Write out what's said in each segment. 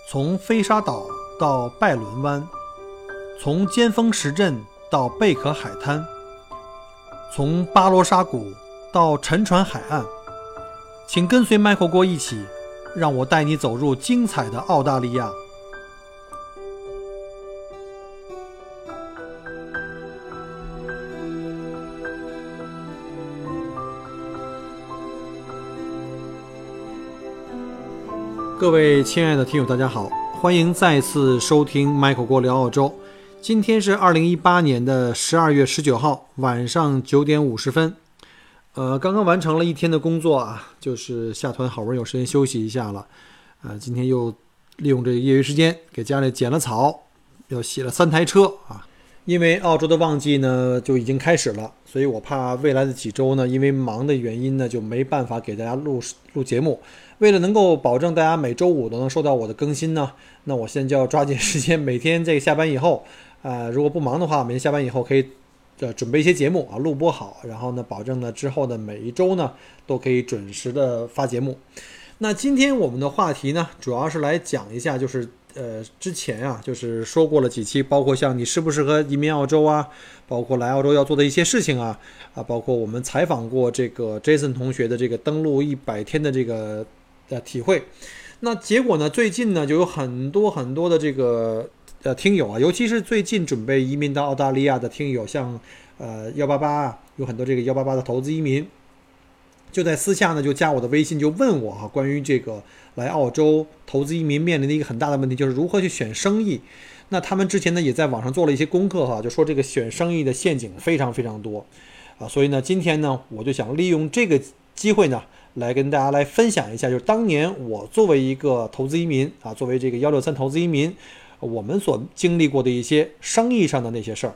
从飞沙岛到拜伦湾，从尖峰石镇到贝壳海滩，从巴罗沙谷到沉船海岸，请跟随 Michael 郭一起，让我带你走入精彩的澳大利亚。各位亲爱的听友大家好，欢迎再次收听 Michael 郭聊澳洲。今天是2018年的12月19号晚上9点50分。刚刚完成了一天的工作啊，就是下团好不容易有时间休息一下了。今天又利用这个业余时间给家里剪了草，又洗了3台车啊。因为澳洲的旺季呢就已经开始了，所以我怕未来的几周呢，因为忙的原因呢，就没办法给大家录节目。为了能够保证大家每周五都能收到我的更新呢，那我现在就要抓紧时间，每天这个下班以后，如果不忙的话，每天下班以后可以准备一些节目啊，录播好，然后呢，保证呢之后的每一周呢都可以准时的发节目。那今天我们的话题呢，主要是来讲一下，就是之前啊，就是说过了几期，包括像你适不适合移民澳洲啊，包括来澳洲要做的一些事情啊，包括我们采访过这个 Jason 同学的这个登陆100天的这个体会。那结果呢，最近呢就有很多的这个听友啊，尤其是最近准备移民到澳大利亚的听友，像188啊，有很多这个188的投资移民，就在私下呢就加我的微信，就问我关于这个来澳洲投资移民面临的一个很大的问题，就是如何去选生意。那他们之前呢也在网上做了一些功课就说这个选生意的陷阱非常多所以呢今天呢我就想利用这个机会呢来跟大家来分享一下，就是当年我作为一个投资移民作为这个163投资移民，我们所经历过的一些生意上的那些事儿。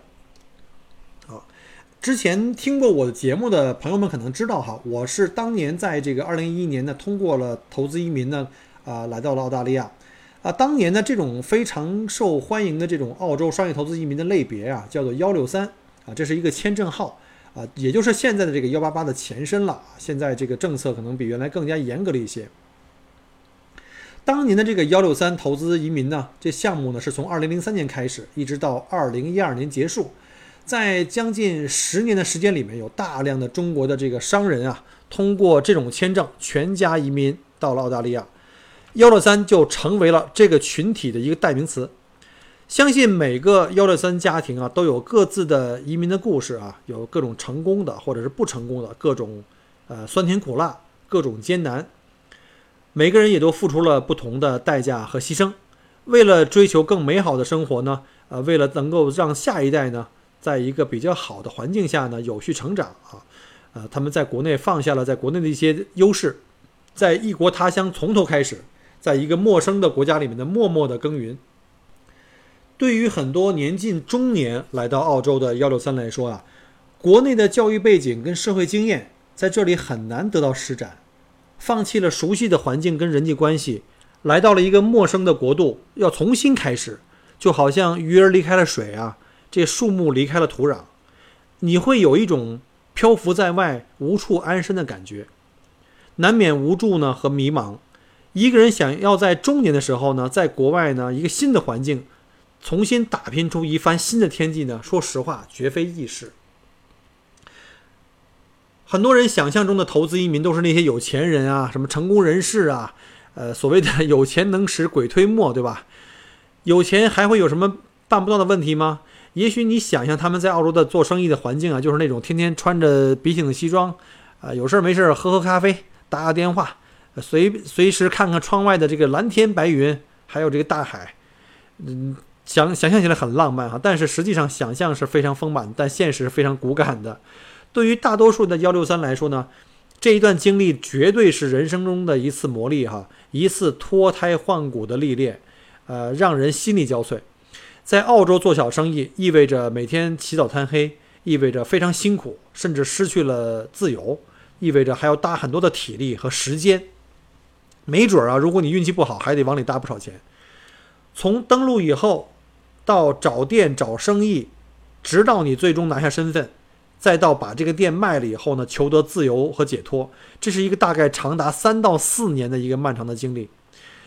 之前听过我的节目的朋友们可能知道我是当年在这个2011年呢通过了投资移民呢来到了澳大利亚当年呢这种非常受欢迎的这种澳洲商业投资移民的类别叫做163这是一个签证号也就是现在的这个188的前身了。现在这个政策可能比原来更加严格了一些。当年的这个163投资移民呢，这项目呢是从2003年开始，一直到2012年结束。在将近10年的时间里面，有大量的中国的这个商人通过这种签证全家移民到了澳大利亚。163就成为了这个群体的一个代名词。相信每个163家庭都有各自的移民的故事有各种成功的或者是不成功的，各种酸甜苦辣，各种艰难。每个人也都付出了不同的代价和牺牲，为了追求更美好的生活呢，为了能够让下一代呢在一个比较好的环境下呢有序成长他们在国内放下了在国内的一些优势，在异国他乡从头开始，在一个陌生的国家里面的默默的耕耘。对于很多年近中年来到澳洲的163来说国内的教育背景跟社会经验在这里很难得到施展，放弃了熟悉的环境跟人际关系，来到了一个陌生的国度，要重新开始，就好像鱼儿离开了水这树木离开了土壤，你会有一种漂浮在外无处安身的感觉，难免无助呢和迷茫。一个人想要在中年的时候呢，在国外呢一个新的环境重新打拼出一番新的天地呢，说实话绝非易事。很多人想象中的投资移民都是那些有钱人什么成功人士所谓的有钱能使鬼推磨，对吧？有钱还会有什么办不到的问题吗？也许你想象他们在澳洲的做生意的环境就是那种天天穿着笔挺的西装有事没事喝咖啡，打电话，随时看看窗外的这个蓝天白云，还有这个大海。想象起来很浪漫但是实际上想象是非常丰满，但现实非常骨感的。对于大多数的163来说呢，这一段经历绝对是人生中的一次磨砺一次脱胎换骨的历练让人心力交瘁。在澳洲做小生意意味着每天起早贪黑，意味着非常辛苦，甚至失去了自由，意味着还要搭很多的体力和时间，没准如果你运气不好还得往里搭不少钱。从登陆以后到找店找生意，直到你最终拿下身份，再到把这个店卖了以后呢，求得自由和解脱，这是一个大概长达3到4年的一个漫长的经历。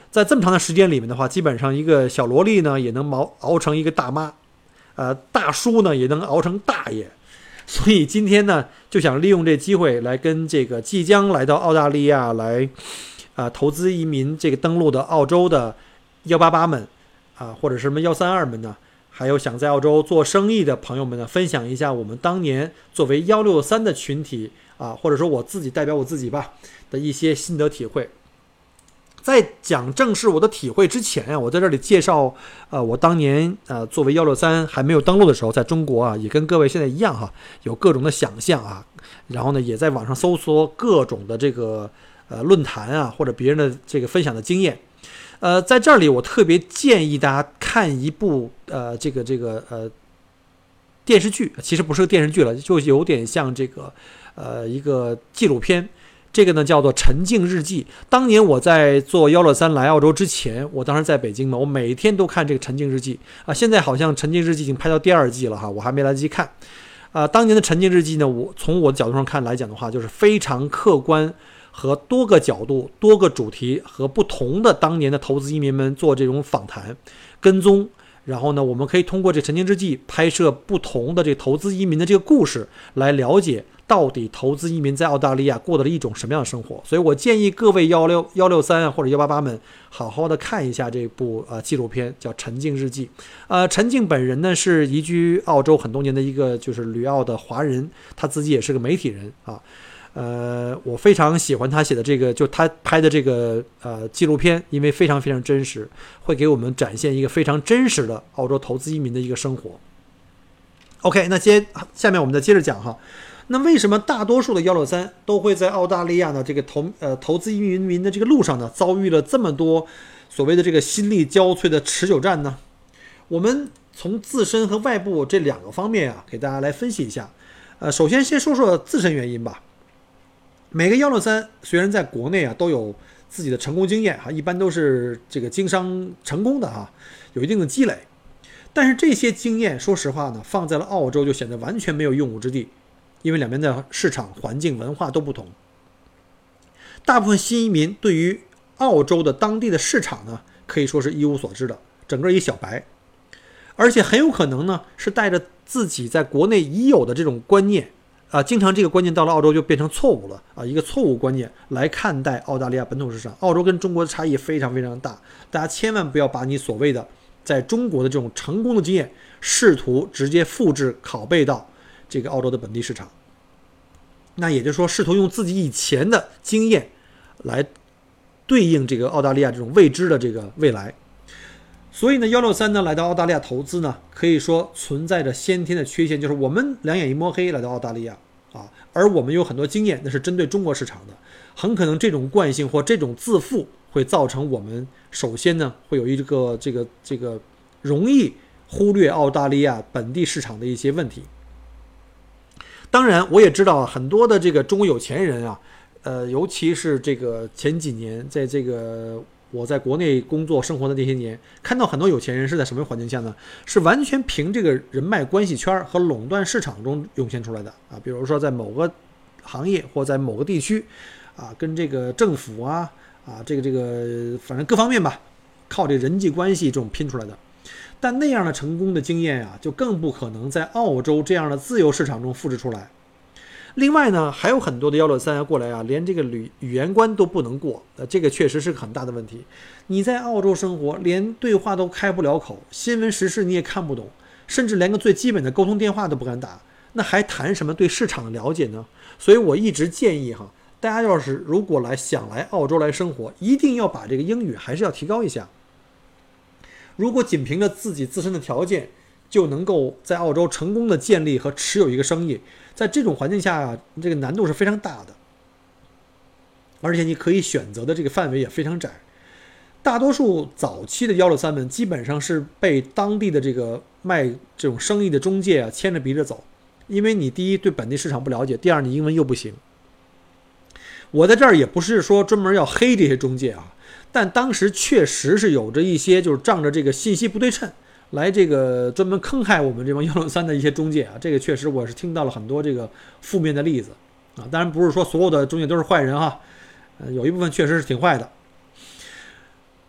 在这么长的时间里面的话，基本上一个小萝莉呢也能熬成一个大妈，大叔呢也能熬成大爷。所以今天呢，就想利用这机会来跟这个即将来到澳大利亚来投资移民这个登陆的澳洲的188们或者是什么132们呢，还有想在澳洲做生意的朋友们呢，分享一下我们当年作为163的群体或者说我自己代表我自己吧的一些心得体会。在讲正式我的体会之前我在这里介绍我当年作为163还没有登陆的时候，在中国也跟各位现在一样有各种的想象然后呢也在网上搜索各种的这个论坛或者别人的这个分享的经验。在这里我特别建议大家看一部这个电视剧，其实不是个电视剧了，就有点像这个一个纪录片。这个呢叫做《沉浸日记》。当年我在做163来澳洲之前，我当时在北京嘛，我每天都看这个《沉浸日记》现在好像《沉浸日记》已经拍到第2季了我还没来得及看。当年的《沉浸日记》呢，从我的角度上看来讲的话，就是非常客观和多个角度、多个主题和不同的当年的投资移民们做这种访谈、跟踪。然后呢，我们可以通过这《沉浸日记》拍摄不同的这个投资移民的这个故事，来了解到底投资移民在澳大利亚过的一种什么样的生活。所以我建议各位163或者188们好好的看一下这部纪录片，叫《沉浸日记》。陈静本人呢是移居澳洲很多年的一个就是旅澳的华人，他自己也是个媒体人我非常喜欢他写的这个，就他拍的这个纪录片，因为非常非常真实，会给我们展现一个非常真实的澳洲投资移民的一个生活。OK， 那下面我们再接着讲那为什么大多数的163都会在澳大利亚呢这个投资移民的这个路上呢遭遇了这么多所谓的这个心力交瘁的持久战呢？我们从自身和外部这2个方面给大家来分析一下。首先先说说自身原因吧。每个163虽然在国内都有自己的成功经验一般都是这个经商成功的有一定的积累，但是这些经验说实话呢，放在了澳洲就显得完全没有用武之地，因为两边的市场环境文化都不同。大部分新移民对于澳洲的当地的市场呢，可以说是一无所知的，整个一小白，而且很有可能呢是带着自己在国内已有的这种观念经常这个观念到了澳洲就变成错误了一个错误观念来看待澳大利亚本土市场。澳洲跟中国的差异非常非常大，大家千万不要把你所谓的在中国的这种成功的经验试图直接复制拷贝到这个澳洲的本地市场。那也就是说，试图用自己以前的经验来对应这个澳大利亚这种未知的这个未来。所以呢，163呢来到澳大利亚投资呢，可以说存在着先天的缺陷，就是我们两眼一摸黑来到澳大利亚而我们有很多经验那是针对中国市场的，很可能这种惯性或这种自负会造成我们首先呢会有一个这个容易忽略澳大利亚本地市场的一些问题。当然我也知道很多的这个中国有钱人尤其是这个前几年在这个我在国内工作生活的那些年，看到很多有钱人是在什么环境下呢？是完全凭这个人脉关系圈和垄断市场中涌现出来的比如说在某个行业或在某个地区跟这个政府这个反正各方面吧，靠这人际关系这种拼出来的。但那样的成功的经验就更不可能在澳洲这样的自由市场中复制出来。另外呢，还有很多的163过来连这个语言关都不能过，这个确实是个很大的问题。你在澳洲生活，连对话都开不了口，新闻时事你也看不懂，甚至连个最基本的沟通电话都不敢打，那还谈什么对市场的了解呢？所以我一直建议大家要是如果想来澳洲来生活，一定要把这个英语还是要提高一下。如果仅凭着自己自身的条件就能够在澳洲成功的建立和持有一个生意，在这种环境下这个难度是非常大的，而且你可以选择的这个范围也非常窄。大多数早期的163们基本上是被当地的这个卖这种生意的中介牵着鼻子走，因为你第一对本地市场不了解，第二你英文又不行。我在这儿也不是说专门要黑这些中介但当时确实是有着一些就是仗着这个信息不对称来这个专门坑害我们这帮163的一些中介这个确实我是听到了很多这个负面的例子当然不是说所有的中介都是坏人有一部分确实是挺坏的。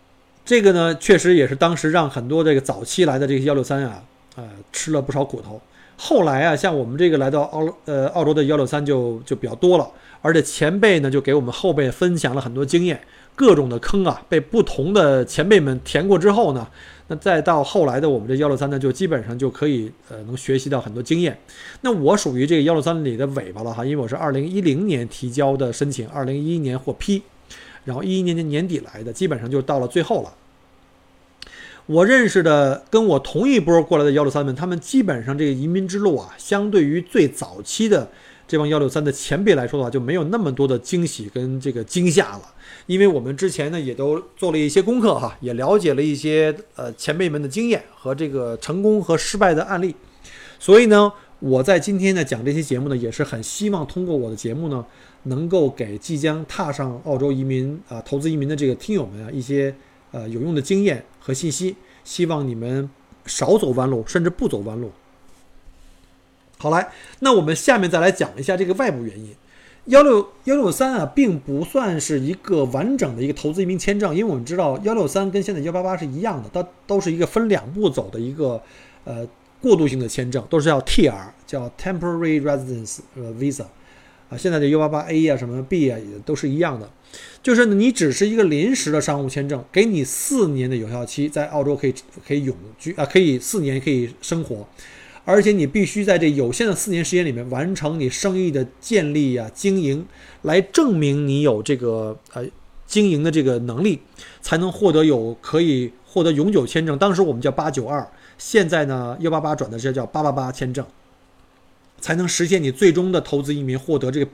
这个呢，确实也是当时让很多这个早期来的这个163啊，吃了不少苦头。后来啊，像我们这个来到澳洲的163就比较多了，而且前辈呢就给我们后辈分享了很多经验，各种的坑啊被不同的前辈们填过之后呢，那再到后来的我们这163呢，就基本上就可以能学习到很多经验。那我属于这个163里的尾巴了哈，因为我是2010年提交的申请，2011年获批，然后2011年年底来的，基本上就到了最后了。我认识的跟我同一波过来的163们，他们基本上这个移民之路啊，相对于最早期的这帮163的前辈来说的话，就没有那么多的惊喜跟这个惊吓了。因为我们之前呢也都做了一些功课哈，也了解了一些前辈们的经验和这个成功和失败的案例。所以呢，我在今天呢讲这期节目呢，也是很希望通过我的节目呢，能够给即将踏上澳洲移民投资移民的这个听友们啊一些有用的经验和信息，希望你们少走弯路，甚至不走弯路。好来，那我们下面再来讲一下这个外部原因。163啊，并不算是一个完整的一个投资移民签证，因为我们知道163跟现在188是一样的，它都是一个分两步走的一个过渡性的签证，都是叫 TR， 叫 Temporary Residence Visa 现在的188A 什么 B 也都是一样的。就是你只是一个临时的商务签证，给你4年的有效期，在澳洲可以永居可以4年可以生活，而且你必须在这有限的4年时间里面完成你生意的建立经营，来证明你有这个经营的这个能力，才能可以获得永久签证。当时我们叫892，现在呢188转的是叫888签证，才能实现你最终的投资移民获得这个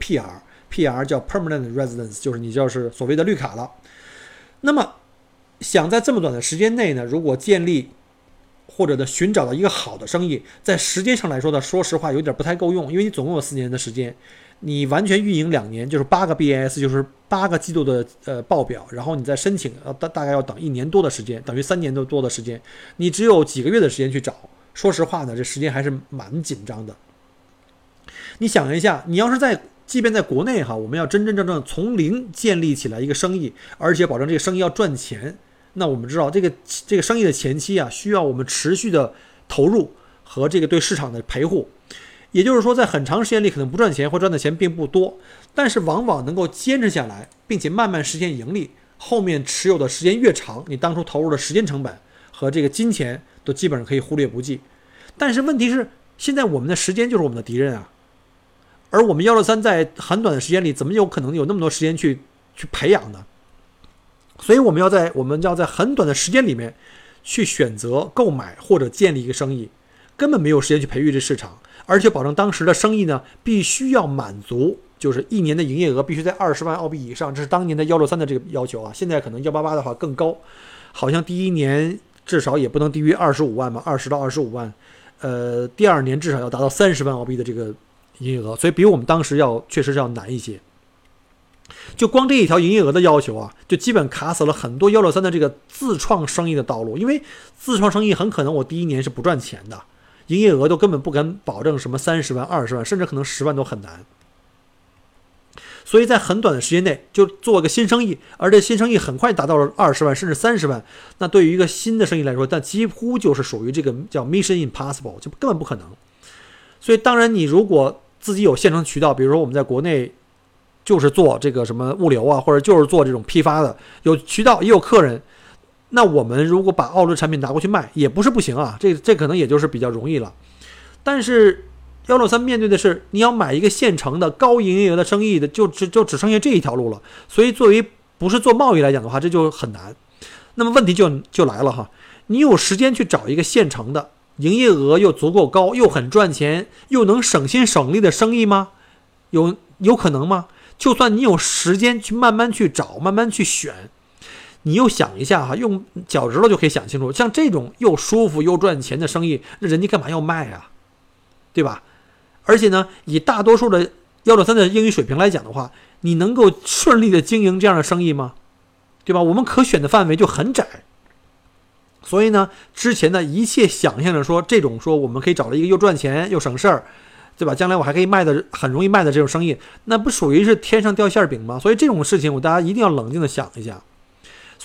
PR 叫 Permanent Residence， 就是你就是所谓的绿卡了。那么想在这么短的时间内呢，如果建立或者的寻找到一个好的生意，在时间上来说呢，说实话有点不太够用，因为你总共有4年的时间，你完全运营2年就是8个 BAS， 就是8个季度的报表，然后你再申请大概要等1年多的时间，等于3年多的时间，你只有几个月的时间去找。说实话呢，这时间还是蛮紧张的。你想一下，你要是即便在国内哈，我们要真真正正从零建立起来一个生意，而且保证这个生意要赚钱，那我们知道这个生意的前期啊，需要我们持续的投入和这个对市场的陪护。也就是说，在很长时间里可能不赚钱或赚的钱并不多，但是往往能够坚持下来，并且慢慢实现盈利，后面持有的时间越长，你当初投入的时间成本和这个金钱都基本上可以忽略不计。但是问题是，现在我们的时间就是我们的敌人啊。而我们163在很短的时间里，怎么有可能有那么多时间去培养呢？所以我们要在很短的时间里面去选择购买或者建立一个生意，根本没有时间去培育这市场，而且保证当时的生意呢，必须要满足，就是1年的营业额必须在20万澳币以上，这是当年的163的这个要求啊。现在可能188的话更高，好像第1年至少也不能低于25万嘛，20到25万，第2年至少要达到30万澳币的这个营业额，所以比我们当时确实是要难一些。就光这一条营业额的要求啊，就基本卡死了很多163的这个自创生意的道路。因为自创生意很可能我第1年是不赚钱的，营业额都根本不敢保证什么30万、20万，甚至可能10万都很难。所以在很短的时间内就做个新生意，而这新生意很快达到了20万甚至30万，那对于一个新的生意来说，那几乎就是属于这个叫 Mission Impossible， 就根本不可能。所以当然你如果自己有现成渠道，比如说我们在国内就是做这个什么物流啊，或者就是做这种批发的，有渠道也有客人，那我们如果把澳洲产品拿过去卖也不是不行啊，这可能也就是比较容易了。但是163面对的是你要买一个现成的高营业额的生意的，就只剩下这一条路了。所以作为不是做贸易来讲的话，这就很难。那么问题就来了哈，你有时间去找一个现成的营业额又足够高又很赚钱又能省心省力的生意吗？有可能吗？就算你有时间去慢慢去找慢慢去选，你又想一下哈，用脚趾头就可以想清楚，像这种又舒服又赚钱的生意，那人家干嘛要卖啊？对吧？而且呢，以大多数的163的英语水平来讲的话，你能够顺利的经营这样的生意吗？对吧？我们可选的范围就很窄。所以呢，之前的一切想象着说这种说我们可以找了一个又赚钱又省事儿，对吧？将来我还可以很容易卖的这种生意，那不属于是天上掉馅饼吗？所以这种事情大家一定要冷静的想一下。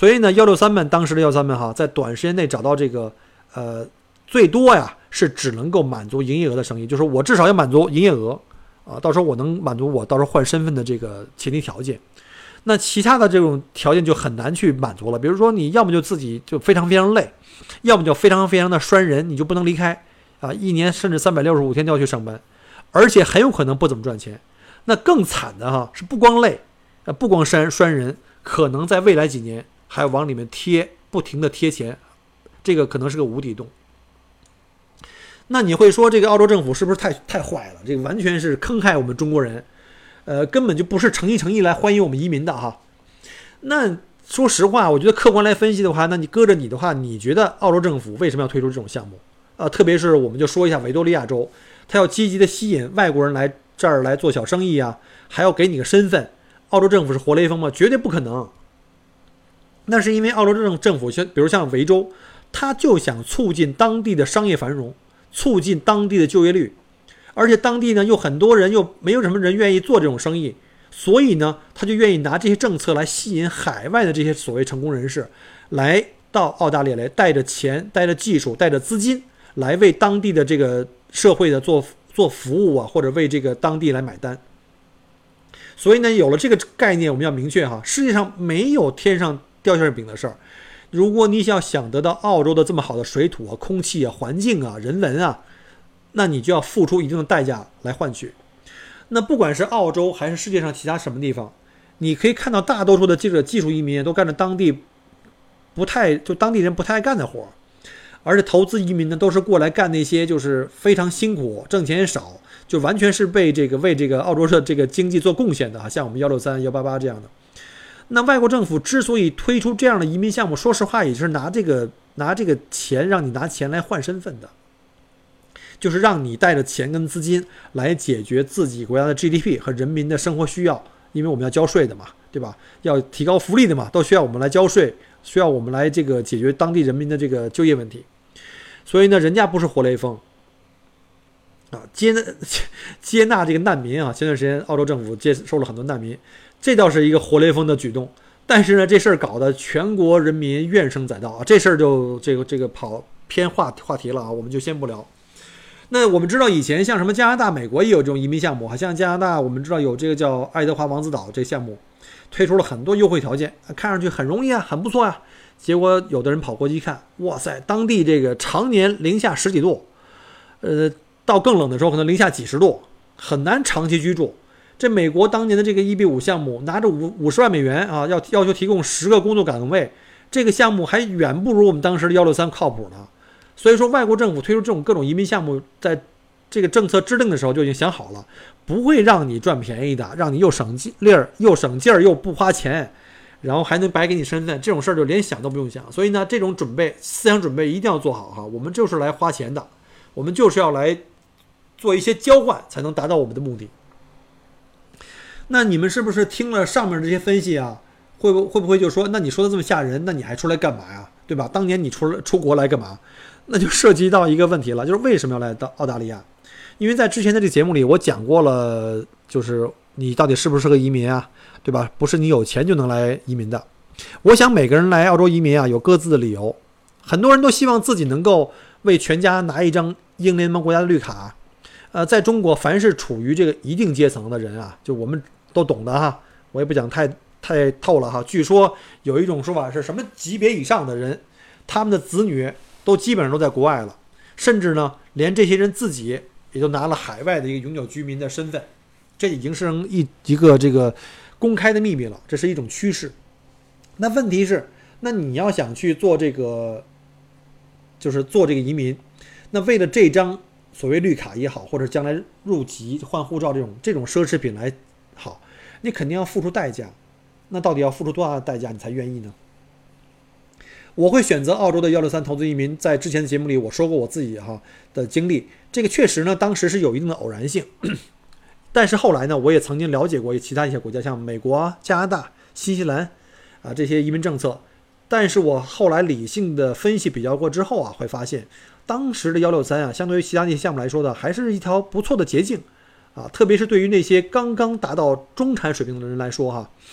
所以呢，163们当时的163们哈，在短时间内找到这个最多呀是只能够满足营业额的生意，就是我至少要满足营业额啊，到时候我能满足我到时候换身份的这个前提条件。那其他的这种条件就很难去满足了，比如说你要么就自己就非常非常累，要么就非常非常的拴人，你就不能离开啊，一年甚至365天都要去上班，而且很有可能不怎么赚钱。那更惨的哈是不光累，不光拴人，可能在未来几年还往里面不停的贴钱，这个可能是个无底洞。那你会说这个澳洲政府是不是太坏了？这个完全是坑害我们中国人。根本就不是诚心来欢迎我们移民的哈。那说实话，我觉得客观来分析的话，那你搁着你的话，你觉得澳洲政府为什么要推出这种项目？特别是我们就说一下维多利亚州，它要积极的吸引外国人来这儿来做小生意啊，还要给你个身份。澳洲政府是活雷锋吗？绝对不可能。那是因为澳洲政府比如像维州，它就想促进当地的商业繁荣，促进当地的就业率。而且当地呢，又很多人又没有什么人愿意做这种生意，所以呢，他就愿意拿这些政策来吸引海外的这些所谓成功人士，来到澳大利亚来带着钱、带着技术、带着资金，来为当地的这个社会的做服务啊，或者为这个当地来买单。所以呢，有了这个概念，我们要明确哈，世界上没有天上掉馅饼的事儿。如果你想得到澳洲的这么好的水土啊、空气啊、环境啊、人文啊，那你就要付出一定的代价来换取。那不管是澳洲还是世界上其他什么地方，你可以看到大多数的这个技术移民都干着当地人不太爱干的活，而且投资移民呢都是过来干那些就是非常辛苦、挣钱也少，就完全是为这个澳洲的这个经济做贡献的，像我们163、188这样的。那外国政府之所以推出这样的移民项目，说实话也是拿这个钱让你拿钱来换身份的。就是让你带着钱跟资金来解决自己国家的 GDP 和人民的生活需要，因为我们要交税的嘛，对吧？要提高福利的嘛，都需要我们来交税，需要我们来这个解决当地人民的这个就业问题。所以呢，人家不是活雷锋啊，接纳这个难民啊。前段时间澳洲政府接收了很多难民，这倒是一个活雷锋的举动。但是呢，这事儿搞得全国人民怨声载道啊，这事儿就这个跑偏话题了啊，我们就先不聊。那我们知道以前像什么加拿大、美国也有这种移民项目，好像加拿大我们知道有这个叫爱德华王子岛这项目，推出了很多优惠条件，看上去很容易啊，很不错啊。结果有的人跑过去一看，哇塞，当地这个常年零下10几度，到更冷的时候可能零下几十度，很难长期居住。这美国当年的这个1:5项目，拿着50万美元啊，要求提供10个工作岗位，这个项目还远不如我们当时的163靠谱呢。所以说，外国政府推出这种各种移民项目，在这个政策制定的时候就已经想好了，不会让你赚便宜的，让你又省劲儿又不花钱，然后还能白给你身份，这种事儿就连想都不用想。所以呢，这种思想准备一定要做好哈。我们就是来花钱的，我们就是要来做一些交换，才能达到我们的目的。那你们是不是听了上面这些分析啊？会不会就说，那你说的这么吓人，那你还出来干嘛呀？对吧？当年你出国来干嘛？那就涉及到一个问题了，就是为什么要来到澳大利亚？因为在之前的这个节目里，我讲过了，就是你到底是不是个移民啊，对吧？不是你有钱就能来移民的。我想每个人来澳洲移民啊，有各自的理由。很多人都希望自己能够为全家拿一张英联邦国家的绿卡。在中国，凡是处于这个一定阶层的人啊，就我们都懂的哈，我也不讲太透了哈。据说有一种说法是什么级别以上的人，他们的子女都基本上都在国外了，甚至呢，连这些人自己也都拿了海外的一个永久居民的身份，这已经是一个这个公开的秘密了，这是一种趋势。那问题是，那你要想去做这个，就是做这个移民，那为了这张所谓绿卡也好，或者将来入籍换护照这种奢侈品来好，你肯定要付出代价。那到底要付出多大的代价你才愿意呢？我会选择澳洲的163投资移民，在之前的节目里我说过我自己的经历，这个确实呢当时是有一定的偶然性，但是后来呢我也曾经了解过其他一些国家，像美国、加拿大、新西兰这些移民政策，但是我后来理性的分析比较过之后会发现当时的163相对于其他那些项目来说的还是一条不错的捷径特别是对于那些刚刚达到中产水平的人来说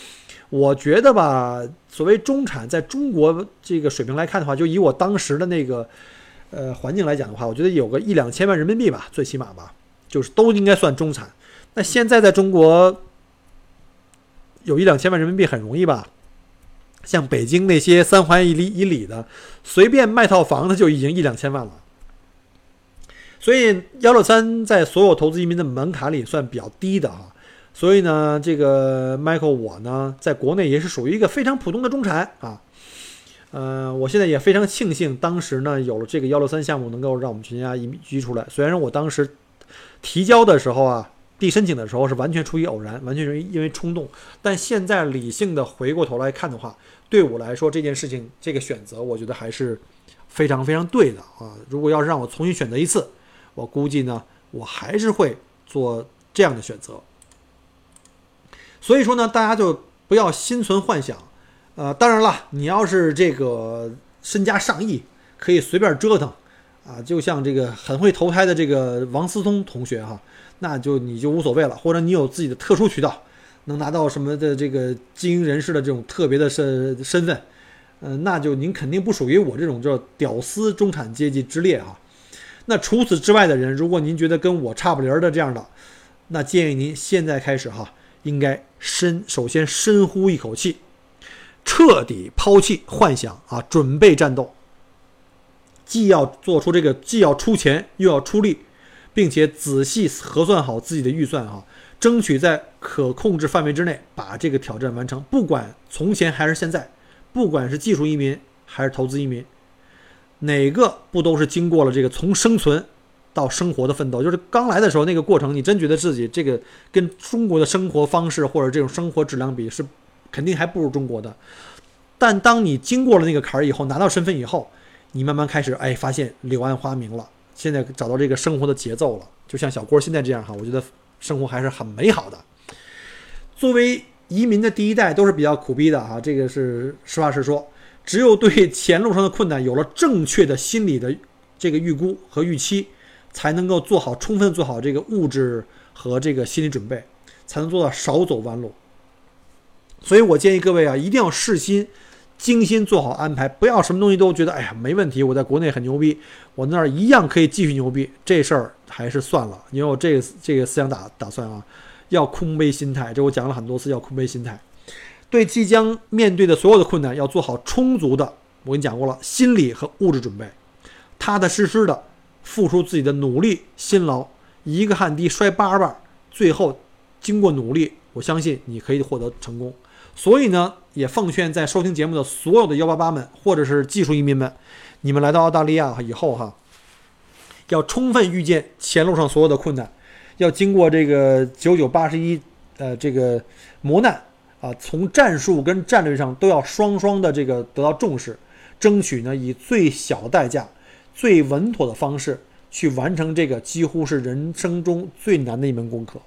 我觉得吧，所谓中产在中国这个水平来看的话，就以我当时的那个环境来讲的话，我觉得有个1-2千万人民币吧，最起码吧，就是都应该算中产。那现在在中国有1-2千万人民币很容易吧？像北京那些3环以里的，随便卖套房子就已经1-2千万了。所以163在所有投资移民的门槛里算比较低的啊。所以呢，这个 Michael 我呢，在国内也是属于一个非常普通的中产啊。我现在也非常庆幸，当时呢有了这个163项目，能够让我们全家移居出来。虽然我当时提交的时候啊，递申请的时候是完全出于偶然，完全是因为冲动，但现在理性的回过头来看的话，对我来说这件事情这个选择，我觉得还是非常非常对的啊。如果要是让我重新选择一次，我估计呢，我还是会做这样的选择。所以说呢，大家就不要心存幻想。当然了，你要是这个身家上亿，可以随便折腾啊，就像这个很会投胎的这个王思聪同学哈，那就你就无所谓了，或者你有自己的特殊渠道，能拿到什么的这个精英人士的这种特别的身份，那就您肯定不属于我这种叫屌丝中产阶级之列哈。那除此之外的人，如果您觉得跟我差不离的这样的，那建议您现在开始哈，应该首先深呼一口气，彻底抛弃幻想啊，准备战斗。既要做出这个，既要出钱又要出力，并且仔细核算好自己的预算啊，争取在可控制范围之内把这个挑战完成。不管从前还是现在，不管是技术移民还是投资移民，哪个不都是经过了这个从生存到生活的奋斗？就是刚来的时候那个过程，你真觉得自己这个跟中国的生活方式或者这种生活质量比，是肯定还不如中国的。但当你经过了那个坎儿以后，拿到身份以后，你慢慢开始发现柳暗花明了，现在找到这个生活的节奏了。就像小郭现在这样哈，我觉得生活还是很美好的。作为移民的第一代，都是比较苦逼的哈，这个是实话实说。只有对前路上的困难有了正确的心理的这个预估和预期，才能够充分做好这个物质和这个心理准备，才能做到少走弯路。所以我建议各位啊，一定要细心精心做好安排，不要什么东西都觉得没问题，我在国内很牛逼，我那儿一样可以继续牛逼，这事儿还是算了，因为我这个思想打算啊，要空杯心态，这我讲了很多次，要空杯心态。对即将面对的所有的困难，要做好充足的，我跟你讲过了，心理和物质准备，踏踏实实的付出自己的努力辛劳，一个汗滴摔8瓣，最后经过努力，我相信你可以获得成功。所以呢，也奉劝在收听节目的所有的188们，或者是技术移民们，你们来到澳大利亚以后哈，要充分预见前路上所有的困难，要经过这个9981这个磨难啊，从战术跟战略上都要双双的这个得到重视，争取呢以最小的代价、最稳妥的方式去完成这个几乎是人生中最难的一门功课。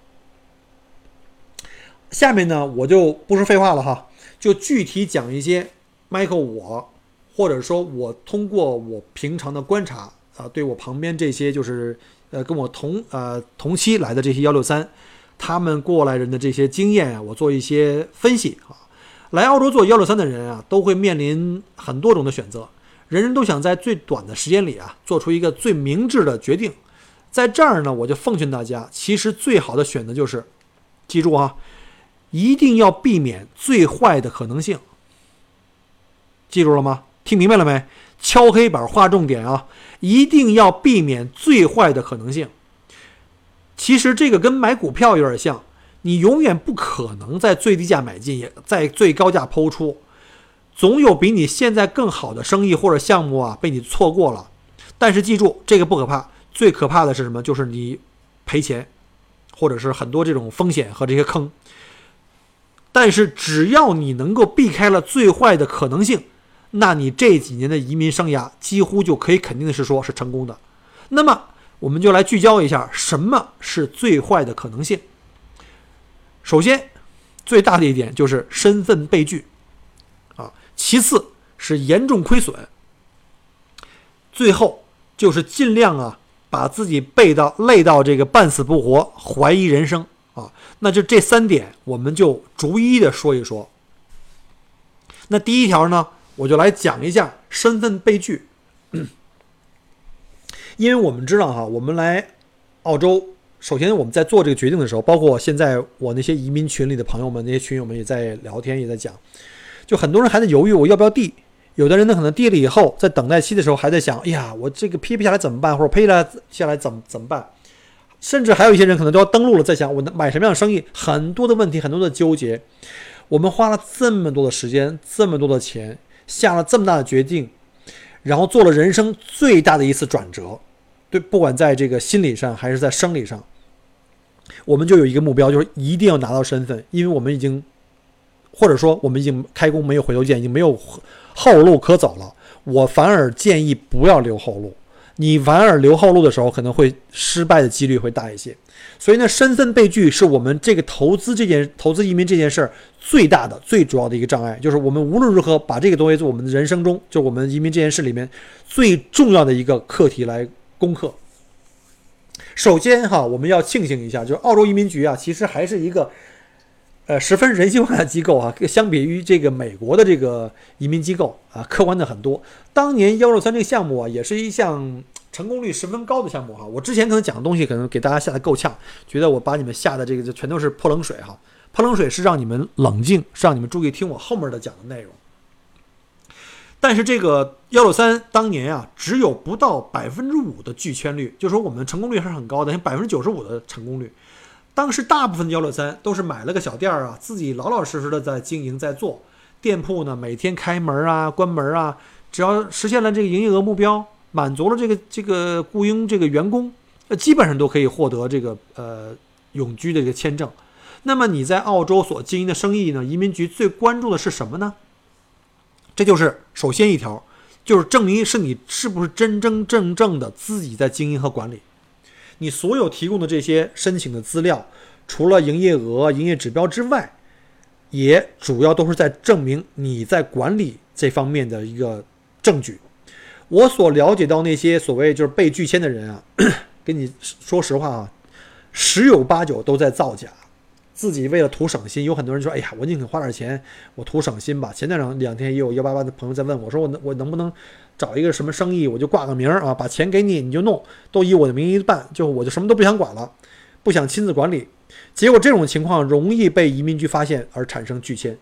下面呢，我就不说废话了哈，就具体讲一些 Michael 我，或者说我通过我平常的观察啊，对我旁边这些就是跟我同期来的这些163，他们过来人的这些经验啊，我做一些分析啊。来澳洲做163的人啊，都会面临很多种的选择，人人都想在最短的时间里啊，做出一个最明智的决定。在这儿呢，我就奉劝大家，其实最好的选择就是，记住啊，一定要避免最坏的可能性。记住了吗？听明白了没？敲黑板划重点啊，一定要避免最坏的可能性。其实这个跟买股票有点像，你永远不可能在最低价买进，也在最高价抛出，总有比你现在更好的生意或者项目啊被你错过了。但是记住，这个不可怕，最可怕的是什么？就是你赔钱，或者是很多这种风险和这些坑。但是只要你能够避开了最坏的可能性，那你这几年的移民生涯几乎就可以肯定的是说是成功的。那么我们就来聚焦一下，什么是最坏的可能性。首先最大的一点就是身份被拒啊，其次是严重亏损，最后就是尽量啊把自己累到这个半死不活，怀疑人生啊。那就这3点我们就逐一的说一说。 那第一条呢，我就来讲一下身份被拒。因为我们知道哈，我们来澳洲，首先我们在做这个决定的时候，包括现在我那些移民群里的朋友们，那些群友们也在聊天，也在讲，就很多人还在犹豫我要不要递，有的人呢可能递了以后，在等待期的时候还在想，哎呀，我这个批不下来怎么办，或者批下来怎么办，甚至还有一些人可能都要登录了，在想我买什么样的生意，很多的问题，很多的纠结。我们花了这么多的时间，这么多的钱，下了这么大的决定，然后做了人生最大的一次转折，对，不管在这个心理上还是在生理上，我们就有一个目标，就是一定要拿到身份，因为我们已经，或者说我们已经开弓没有回头箭，已经没有后路可走了。我反而建议不要留后路，你反而留后路的时候，可能会失败的几率会大一些。所以呢，身份被拒是我们这个投资移民这件事儿最大的、最主要的一个障碍，就是我们无论如何把这个东西做我们的人生中，就我们移民这件事里面最重要的一个课题来攻克。首先哈，我们要庆幸一下，就是澳洲移民局啊，其实还是一个十分人性化的机构啊，相比于这个美国的这个移民机构啊，客观的很多。当年163这个项目啊，也是一项成功率十分高的项目哈。我之前可能讲的东西可能给大家吓得够呛，觉得我把你们吓的这个全都是泼冷水哈。泼冷水是让你们冷静，是让你们注意听我后面的讲的内容。但是这个163当年啊，只有不到5%的拒签率，就是说我们成功率还是很高的，像95%的成功率。当时大部分的163都是买了个小店啊，自己老老实实的在经营，在做店铺呢，每天开门啊、关门啊，只要实现了这个营业额目标，满足了这个雇佣这个员工，基本上都可以获得这个永居的这个签证。那么你在澳洲所经营的生意呢，移民局最关注的是什么呢？这就是首先一条，就是证明是你是不是真真正正的自己在经营和管理。你所有提供的这些申请的资料，除了营业额、营业指标之外，也主要都是在证明你在管理这方面的一个证据。我所了解到那些所谓就是被拒签的人啊，跟你说实话啊，10有8九都在造假。自己为了图省心，有很多人说，哎呀，我宁肯花点钱，我图省心吧。前2天也有188的朋友在问我说，我能不能找一个什么生意，我就挂个名啊，把钱给你，你就弄，都以我的名义办，我就什么都不想管了，不想亲自管理。结果这种情况容易被移民局发现而产生拒签。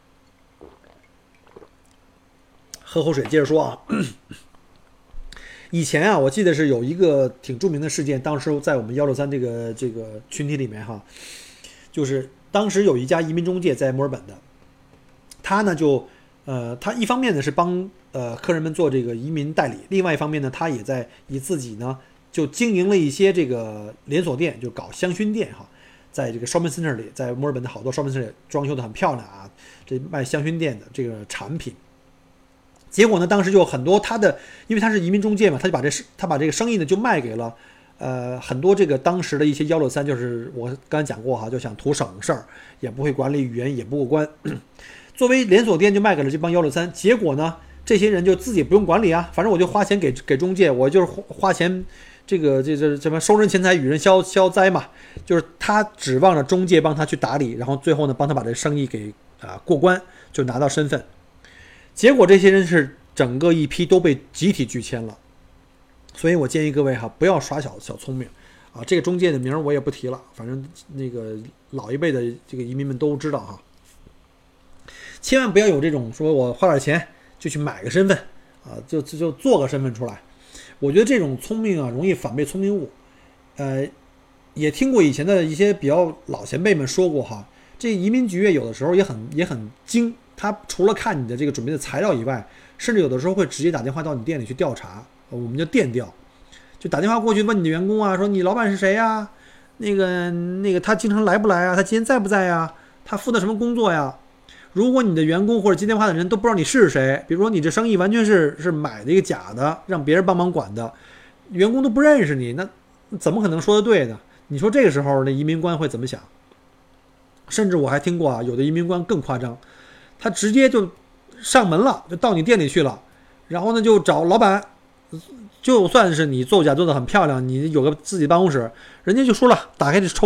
喝口水，接着说啊。以前啊，我记得是有一个挺著名的事件，当时在我们163这个群体里面哈。就是当时有一家移民中介在墨尔本的，他呢就他一方面呢是帮客人们做这个移民代理，另外一方面呢他也在以自己呢就经营了一些这个连锁店，就搞香薰店哈，在这个 shopping center 里，在墨尔本的好多 shopping center 里装修的很漂亮啊，这卖香薰店的这个产品。结果呢，当时就有很多因为他是移民中介嘛，他把这个生意呢就卖给了。很多这个当时的一些163，就是我刚才讲过哈，就想图省事儿，也不会管理语言，也不过关。作为连锁店就卖给了这帮163，结果呢，这些人就自己不用管理啊，反正我就花钱给中介，我就是花钱这什么收人钱财与人消灾嘛，就是他指望着中介帮他去打理，然后最后呢帮他把这生意给过关，就拿到身份。结果这些人是整个一批都被集体拒签了。所以我建议各位哈，不要耍小聪明啊！这个中介的名我也不提了，反正那个老一辈的这个移民们都知道哈。千万不要有这种说我花点钱就去买个身份啊，就做个身份出来。我觉得这种聪明啊，容易反被聪明误。也听过以前的一些比较老前辈们说过哈，这移民局有的时候也很精，他除了看你的这个准备的材料以外，甚至有的时候会直接打电话到你店里去调查。我们叫电调，就打电话过去问你的员工啊，说你老板是谁呀？那个他经常来不来啊？他今天在不在呀？他负责什么工作呀？如果你的员工或者接电话的人都不知道你是谁，比如说你这生意完全是买的一个假的，让别人帮忙管的，员工都不认识你，那怎么可能说得对呢？你说这个时候那移民官会怎么想？甚至我还听过啊，有的移民官更夸张，他直接就上门了，就到你店里去了，然后呢就找老板。就算是你做假做得很漂亮，你有个自己办公室，人家就说了，打开这抽屉，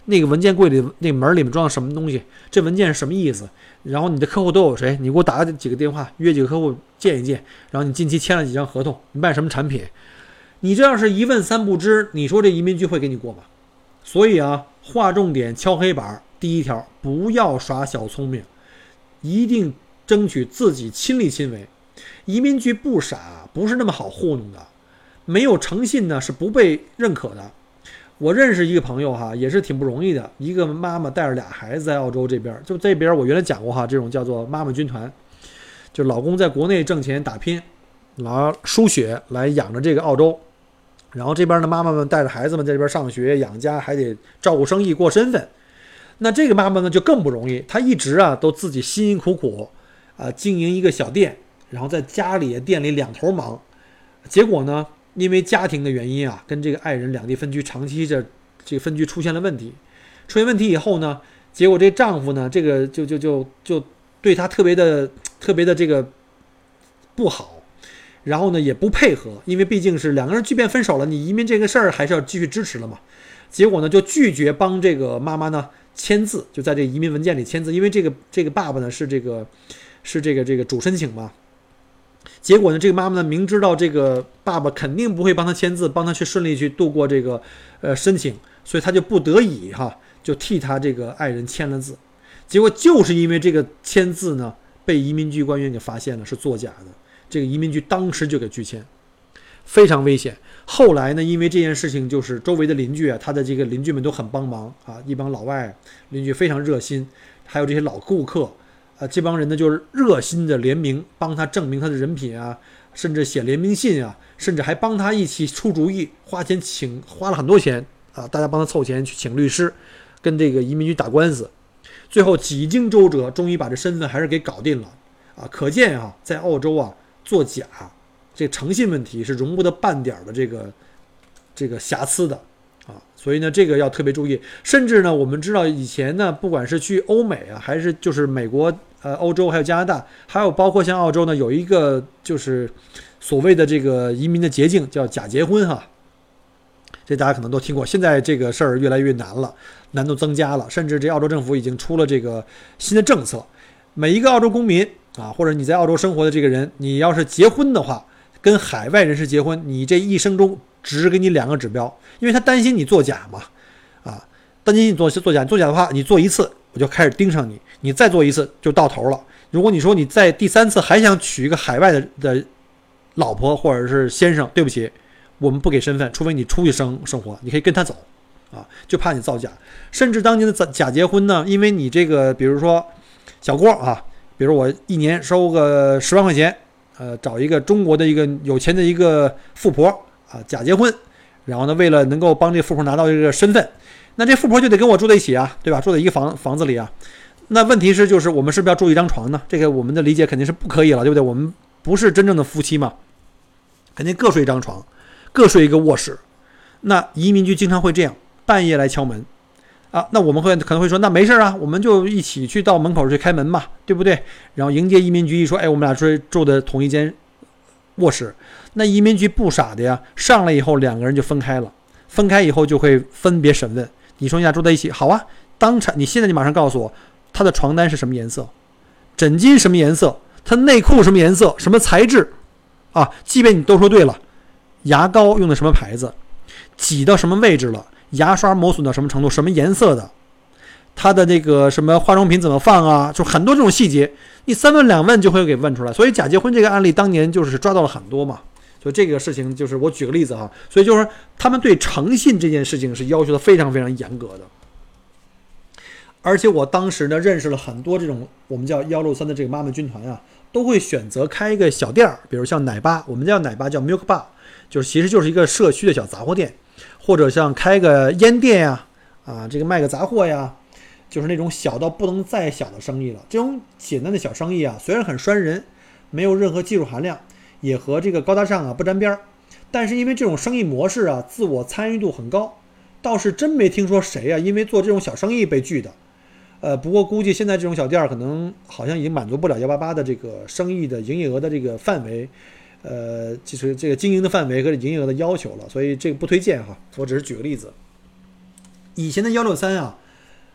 那个文件柜里那门里面装了什么东西，这文件是什么意思，然后你的客户都有谁，你给我打几个电话，约几个客户见一见，然后你近期签了几张合同，你卖什么产品，你这要是一问三不知，你说这移民局会给你过吗？所以啊，划重点敲黑板，第一条，不要耍小聪明，一定争取自己亲力亲为。移民局不傻，不是那么好糊弄的，没有诚信呢是不被认可的。我认识一个朋友哈，也是挺不容易的，一个妈妈带着俩孩子在澳洲这边，就这边我原来讲过哈，这种叫做妈妈军团，就老公在国内挣钱打拼，拿输血来养着这个澳洲，然后这边的妈妈们带着孩子们在这边上学养家，还得照顾生意过身份。那这个妈妈呢就更不容易，她一直啊都自己辛辛苦苦经营一个小店，然后在家里店里两头忙，结果呢因为家庭的原因啊，跟这个爱人两地分居，长期这个分居出现了问题。出现问题以后呢，结果这丈夫呢，这个就对她特别的这个不好，然后呢也不配合，因为毕竟是两个人即便分手了，你移民这个事儿还是要继续支持了嘛。结果呢就拒绝帮这个妈妈呢签字，就在这个移民文件里签字，因为这个爸爸呢是这个主申请嘛。结果呢，这个妈妈呢明知道这个爸爸肯定不会帮他签字，帮他去顺利去度过这个申请，所以他就不得已就替他这个爱人签了字。结果就是因为这个签字呢，被移民局官员给发现了是作假的，这个移民局当时就给拒签，非常危险。后来呢，因为这件事情，就是周围的邻居啊，他的这个邻居们都很帮忙啊，一帮老外邻居非常热心，还有这些老顾客。这帮人呢就是热心的联名，帮他证明他的人品啊，甚至写联名信啊，甚至还帮他一起出主意，花了很多钱啊，大家帮他凑钱去请律师，跟这个移民局打官司，最后几经周折，终于把这身份还是给搞定了啊！可见啊，在澳洲啊作假，这诚信问题是容不得半点的这个瑕疵的啊，所以呢，这个要特别注意。甚至呢，我们知道以前呢，不管是去欧美啊，还是就是美国、欧洲还有加拿大，还有包括像澳洲呢，有一个就是所谓的这个移民的捷径，叫假结婚哈。这大家可能都听过。现在这个事儿越来越难了，难度增加了，甚至这澳洲政府已经出了这个新的政策，每一个澳洲公民啊，或者你在澳洲生活的这个人，你要是结婚的话，跟海外人士结婚，你这一生中只给你2个指标，因为他担心你作假嘛，担心你作假的话，你做一次我就开始盯上你，你再做一次就到头了。如果你说你在第3次还想娶一个海外的老婆或者是先生，对不起，我们不给身份，除非你出去生活，你可以跟他走啊，就怕你造假。甚至当年的假结婚呢，因为你这个比如说小郭啊，比如我1年收个10万块钱，找一个中国的一个有钱的一个富婆啊，假结婚，然后呢，为了能够帮这富婆拿到这个身份，那这富婆就得跟我住在一起啊，对吧？住在一个房子里啊。那问题是，就是我们是不是要住一张床呢？这个我们的理解肯定是不可以了，对不对？我们不是真正的夫妻嘛，肯定各睡一张床，各睡一个卧室。那移民局经常会这样，半夜来敲门啊。那我们可能会说，那没事啊，我们就一起去到门口去开门嘛，对不对？然后迎接移民局一说，哎，我们俩住的同一间卧室。那移民局不傻的呀，上来以后2个人就分开了，分开以后就会分别审问。你说你俩住在一起，好啊，当场你现在就马上告诉我，他的床单是什么颜色，枕巾什么颜色，他内裤什么颜色，什么材质啊？即便你都说对了，牙膏用的什么牌子，挤到什么位置了，牙刷磨损到什么程度，什么颜色的，他的那个什么化妆品怎么放啊，就很多这种细节，你3问2问就会给问出来。所以假结婚这个案例当年就是抓到了很多嘛。所以这个事情就是我举个例子哈，所以就是他们对诚信这件事情是要求的非常非常严格的。而且我当时呢认识了很多这种我们叫163的这个妈妈军团啊，都会选择开一个小店儿，比如像奶吧，我们叫奶吧叫 Milk Bar， 就是其实就是一个社区的小杂货店，或者像开个烟店呀，这个卖个杂货呀，就是那种小到不能再小的生意了。这种简单的小生意啊，虽然很拴人，没有任何技术含量，也和这个高大上不沾边，但是因为这种生意模式啊，自我参与度很高，倒是真没听说谁啊因为做这种小生意被拒的。不过估计现在这种小店可能好像已经满足不了188的这个生意的营业额的这个范围，就是这个经营的范围和营业额的要求了，所以这个不推荐哈。我只是举个例子。以前的163啊，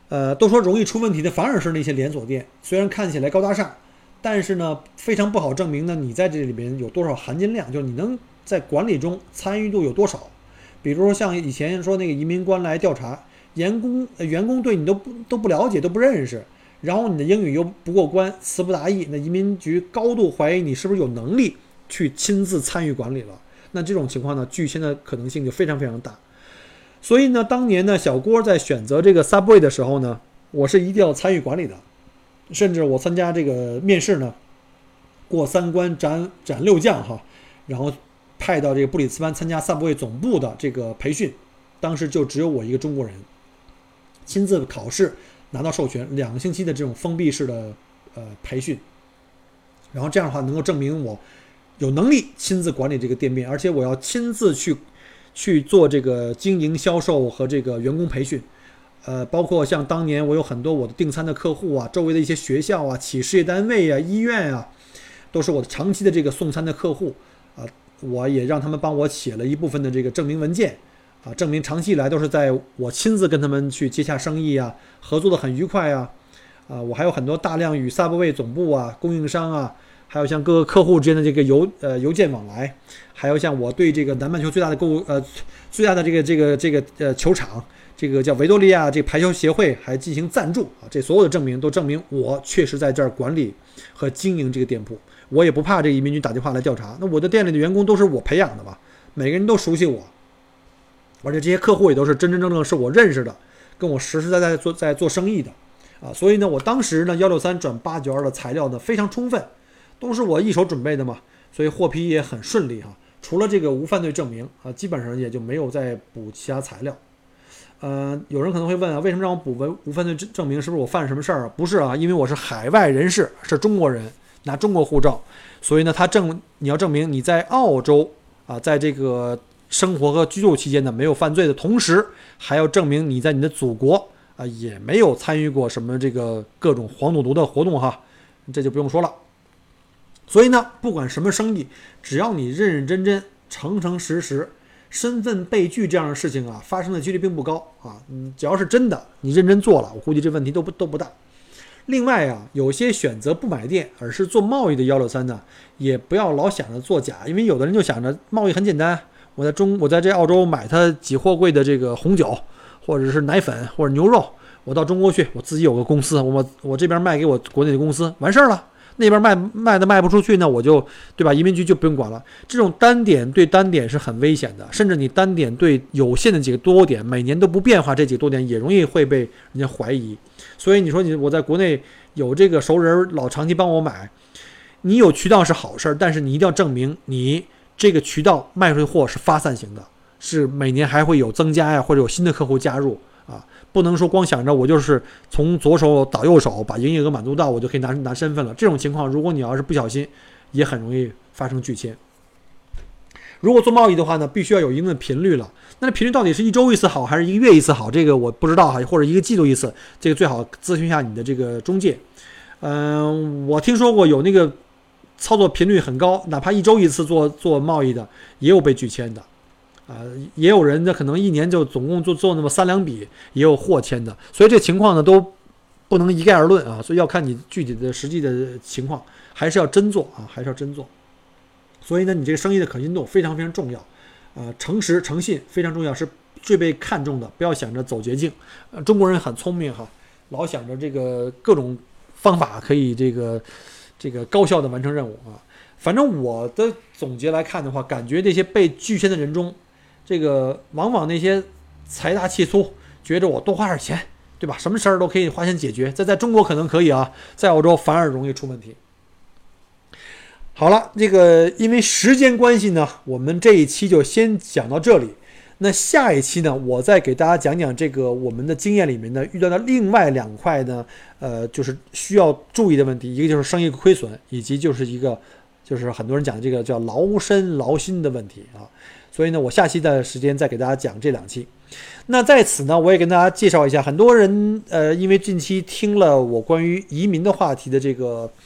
都说容易出问题的反而是那些连锁店，虽然看起来高大上，但是呢非常不好证明呢你在这里边有多少含金量，就是你能在管理中参与度有多少。比如说像以前说那个移民官来调查，员工对你都不了解，都不认识，然后你的英语又不过关，词不达意，那移民局高度怀疑你是不是有能力去亲自参与管理了。那这种情况呢，拒签的可能性就非常非常大。所以呢，当年呢，小郭在选择这个 Subway 的时候呢，我是一定要参与管理的，甚至我参加这个面试呢，过3关斩6将哈，然后派到这个布里斯班参加 Subway 总部的这个培训，当时就只有我一个中国人，亲自考试拿到授权，2个星期的这种封闭式的培训，然后这样的话能够证明我有能力亲自管理这个店面，而且我要亲自去做这个经营销售和这个员工培训，包括像当年我有很多我的订餐的客户啊，周围的一些学校啊、企事业单位啊、医院啊，都是我的长期的这个送餐的客户啊，我也让他们帮我写了一部分的这个证明文件啊，证明长期以来都是在我亲自跟他们去接洽生意啊，合作的很愉快啊，我还有很多大量与 Subway 总部啊、供应商啊，还有像各个客户之间的这个邮件往来，还有像我对这个南半球最大的这个球场，这个叫维多利亚这个排球协会还进行赞助啊，这所有的证明都证明我确实在这儿管理和经营这个店铺，我也不怕这移民局打电话来调查。那我的店里的员工都是我培养的嘛，每个人都熟悉我，而且这些客户也都是真真正正是我认识的，跟我实实在在做生意的啊，所以呢，我当时呢163转892的材料呢非常充分。都是我一手准备的嘛，所以获批也很顺利哈。除了这个无犯罪证明啊，基本上也就没有再补其他材料。有人可能会问啊，为什么让我补无犯罪证明？是不是我犯什么事儿啊？不是啊，因为我是海外人士，是中国人，拿中国护照，所以呢，你要证明你在澳洲啊，在这个生活和居住期间呢没有犯罪的同时，还要证明你在你的祖国啊也没有参与过什么这个各种黄赌毒的活动哈，这就不用说了。所以呢，不管什么生意，只要你认认真真、诚诚实实，身份被拒这样的事情啊，发生的几率并不高啊。只要是真的，你认真做了，我估计这问题都不大。另外啊，有些选择不买店，而是做贸易的163呢，也不要老想着作假，因为有的人就想着贸易很简单，我在这澳洲买它几货柜的这个红酒，或者是奶粉或者牛肉，我到中国去，我自己有个公司，我这边卖给我国内的公司，完事儿了。那边卖不出去呢，我就对吧？移民局就不用管了。这种单点对单点是很危险的，甚至你单点对有限的几个多点，每年都不变化，这几个多点也容易会被人家怀疑。所以你说我在国内有这个熟人老长期帮我买，你有渠道是好事，但是你一定要证明你这个渠道卖出去货是发散型的，是每年还会有增加呀，或者有新的客户加入啊。不能说光想着我就是从左手倒右手把营业额满足到我就可以拿身份了，这种情况如果你要是不小心也很容易发生拒签。如果做贸易的话呢，必须要有一定的频率了，那频率到底是1周1次好还是1个月1次好，这个我不知道哈，或者1个季度1次，这个最好咨询一下你的这个中介。我听说过有那个操作频率很高，哪怕1周1次做贸易的也有被拒签的。也有人可能1年就总共做那么3-2笔，也有获签的，所以这情况呢都不能一概而论啊，所以要看你具体的实际的情况，还是要真做啊，还是要真做。所以呢，你这个生意的可信度非常非常重要，诚实诚信非常重要，是最被看重的，不要想着走捷径。中国人很聪明哈，老想着这个各种方法可以这个高效的完成任务啊。反正我的总结来看的话，感觉这些被拒签的人中，这个往往那些财大气粗，觉着我多花点钱，对吧？什么事儿都可以花钱解决，在中国可能可以啊，在澳洲反而容易出问题。好了，这个因为时间关系呢，我们这一期就先讲到这里。那下一期呢，我再给大家讲讲这个我们的经验里面呢遇到的另外2块呢，就是需要注意的问题，一个就是生意亏损，以及就是很多人讲的这个叫劳身劳心的问题啊。所以呢，我下期的时间再给大家讲这2期。那在此呢，我也跟大家介绍一下，很多人因为近期听了我关于移民的话题的这个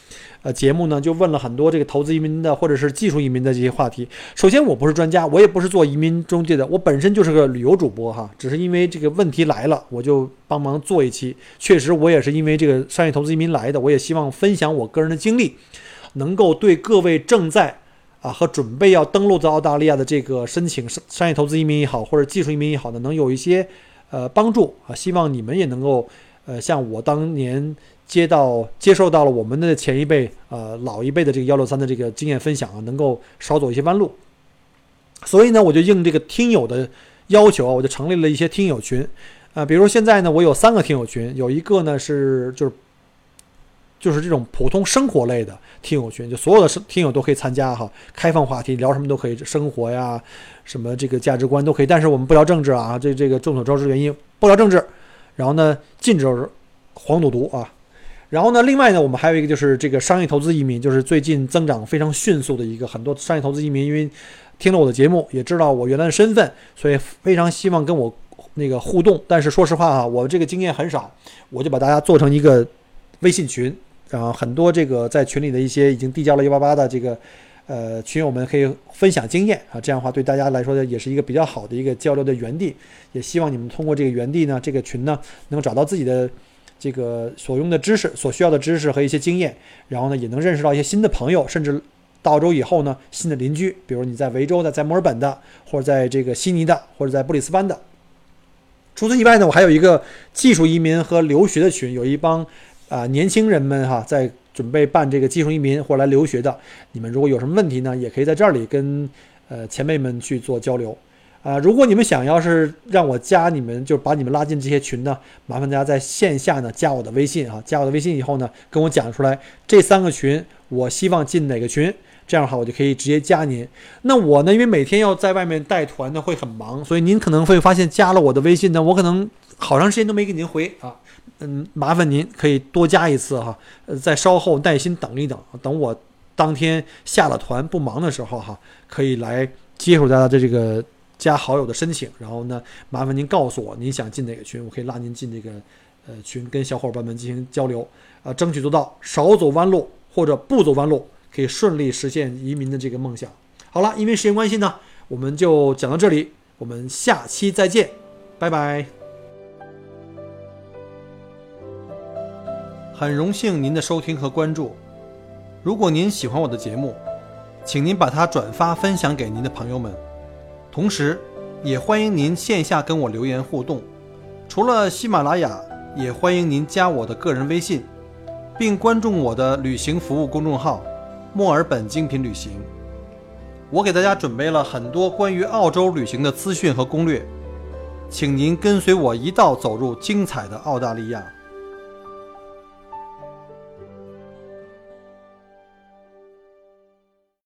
节目呢，就问了很多这个投资移民的或者是技术移民的这些话题。首先，我不是专家，我也不是做移民中介的，我本身就是个旅游主播哈，只是因为这个问题来了，我就帮忙做一期。确实，我也是因为这个商业投资移民来的，我也希望分享我个人的经历，能够对各位正在和准备要登陆到澳大利亚的这个申请商业投资移民也好，或者技术移民也好呢，能有一些帮助啊。希望你们也能够像我当年接受到了我们的前一辈老一辈的这个163的这个经验分享啊，能够少走一些弯路。所以呢，我就应这个听友的要求啊，我就成立了一些听友群比如现在呢，我有3个听友群，有一个呢就是这种普通生活类的听友群，就所有的听友都可以参加哈，开放话题，聊什么都可以，生活呀，什么这个价值观都可以，但是我们不聊政治啊，这个众所周知原因不聊政治，然后呢禁止黄赌毒啊。然后呢，另外呢，我们还有一个就是这个商业投资移民，就是最近增长非常迅速的一个，很多商业投资移民因为听了我的节目，也知道我原来的身份，所以非常希望跟我那个互动。但是说实话啊，我这个经验很少，我就把大家做成一个微信群，然后很多这个在群里的一些已经递交了188的这个群友们可以分享经验啊，这样的话对大家来说也是一个比较好的一个交流的园地。也希望你们通过这个园地呢，这个群呢，能找到自己的这个所用的知识、所需要的知识和一些经验，然后呢，也能认识到一些新的朋友，甚至到澳洲以后呢，新的邻居，比如你在维州的、在墨尔本的，或者在这个悉尼的，或者在布里斯班的。除此以外呢，我还有一个技术移民和留学的群，有一帮年轻人们哈，在准备办这个技术移民或者来留学的，你们如果有什么问题呢，也可以在这里跟前辈们去做交流。如果你们想要是让我加你们，就把你们拉进这些群呢，麻烦大家在线下呢加我的微信啊，加我的微信以后呢，跟我讲出来这3个群，我希望进哪个群，这样的话我就可以直接加您。那我呢，因为每天要在外面带团呢，会很忙，所以您可能会发现加了我的微信呢，我可能好长时间都没给您回啊。麻烦您可以多加一次哈，再稍后耐心等一等，等我当天下了团不忙的时候哈，可以来接受大家的这个加好友的申请，然后呢，麻烦您告诉我您想进哪个群，我可以拉您进这个群，跟小伙伴们进行交流争取做到少走弯路或者不走弯路，可以顺利实现移民的这个梦想。好了，因为时间关系呢，我们就讲到这里，我们下期再见，拜拜。很荣幸您的收听和关注，如果您喜欢我的节目，请您把它转发分享给您的朋友们，同时也欢迎您线下跟我留言互动。除了喜马拉雅，也欢迎您加我的个人微信，并关注我的旅行服务公众号墨尔本精品旅行。我给大家准备了很多关于澳洲旅行的资讯和攻略，请您跟随我一道走入精彩的澳大利亚。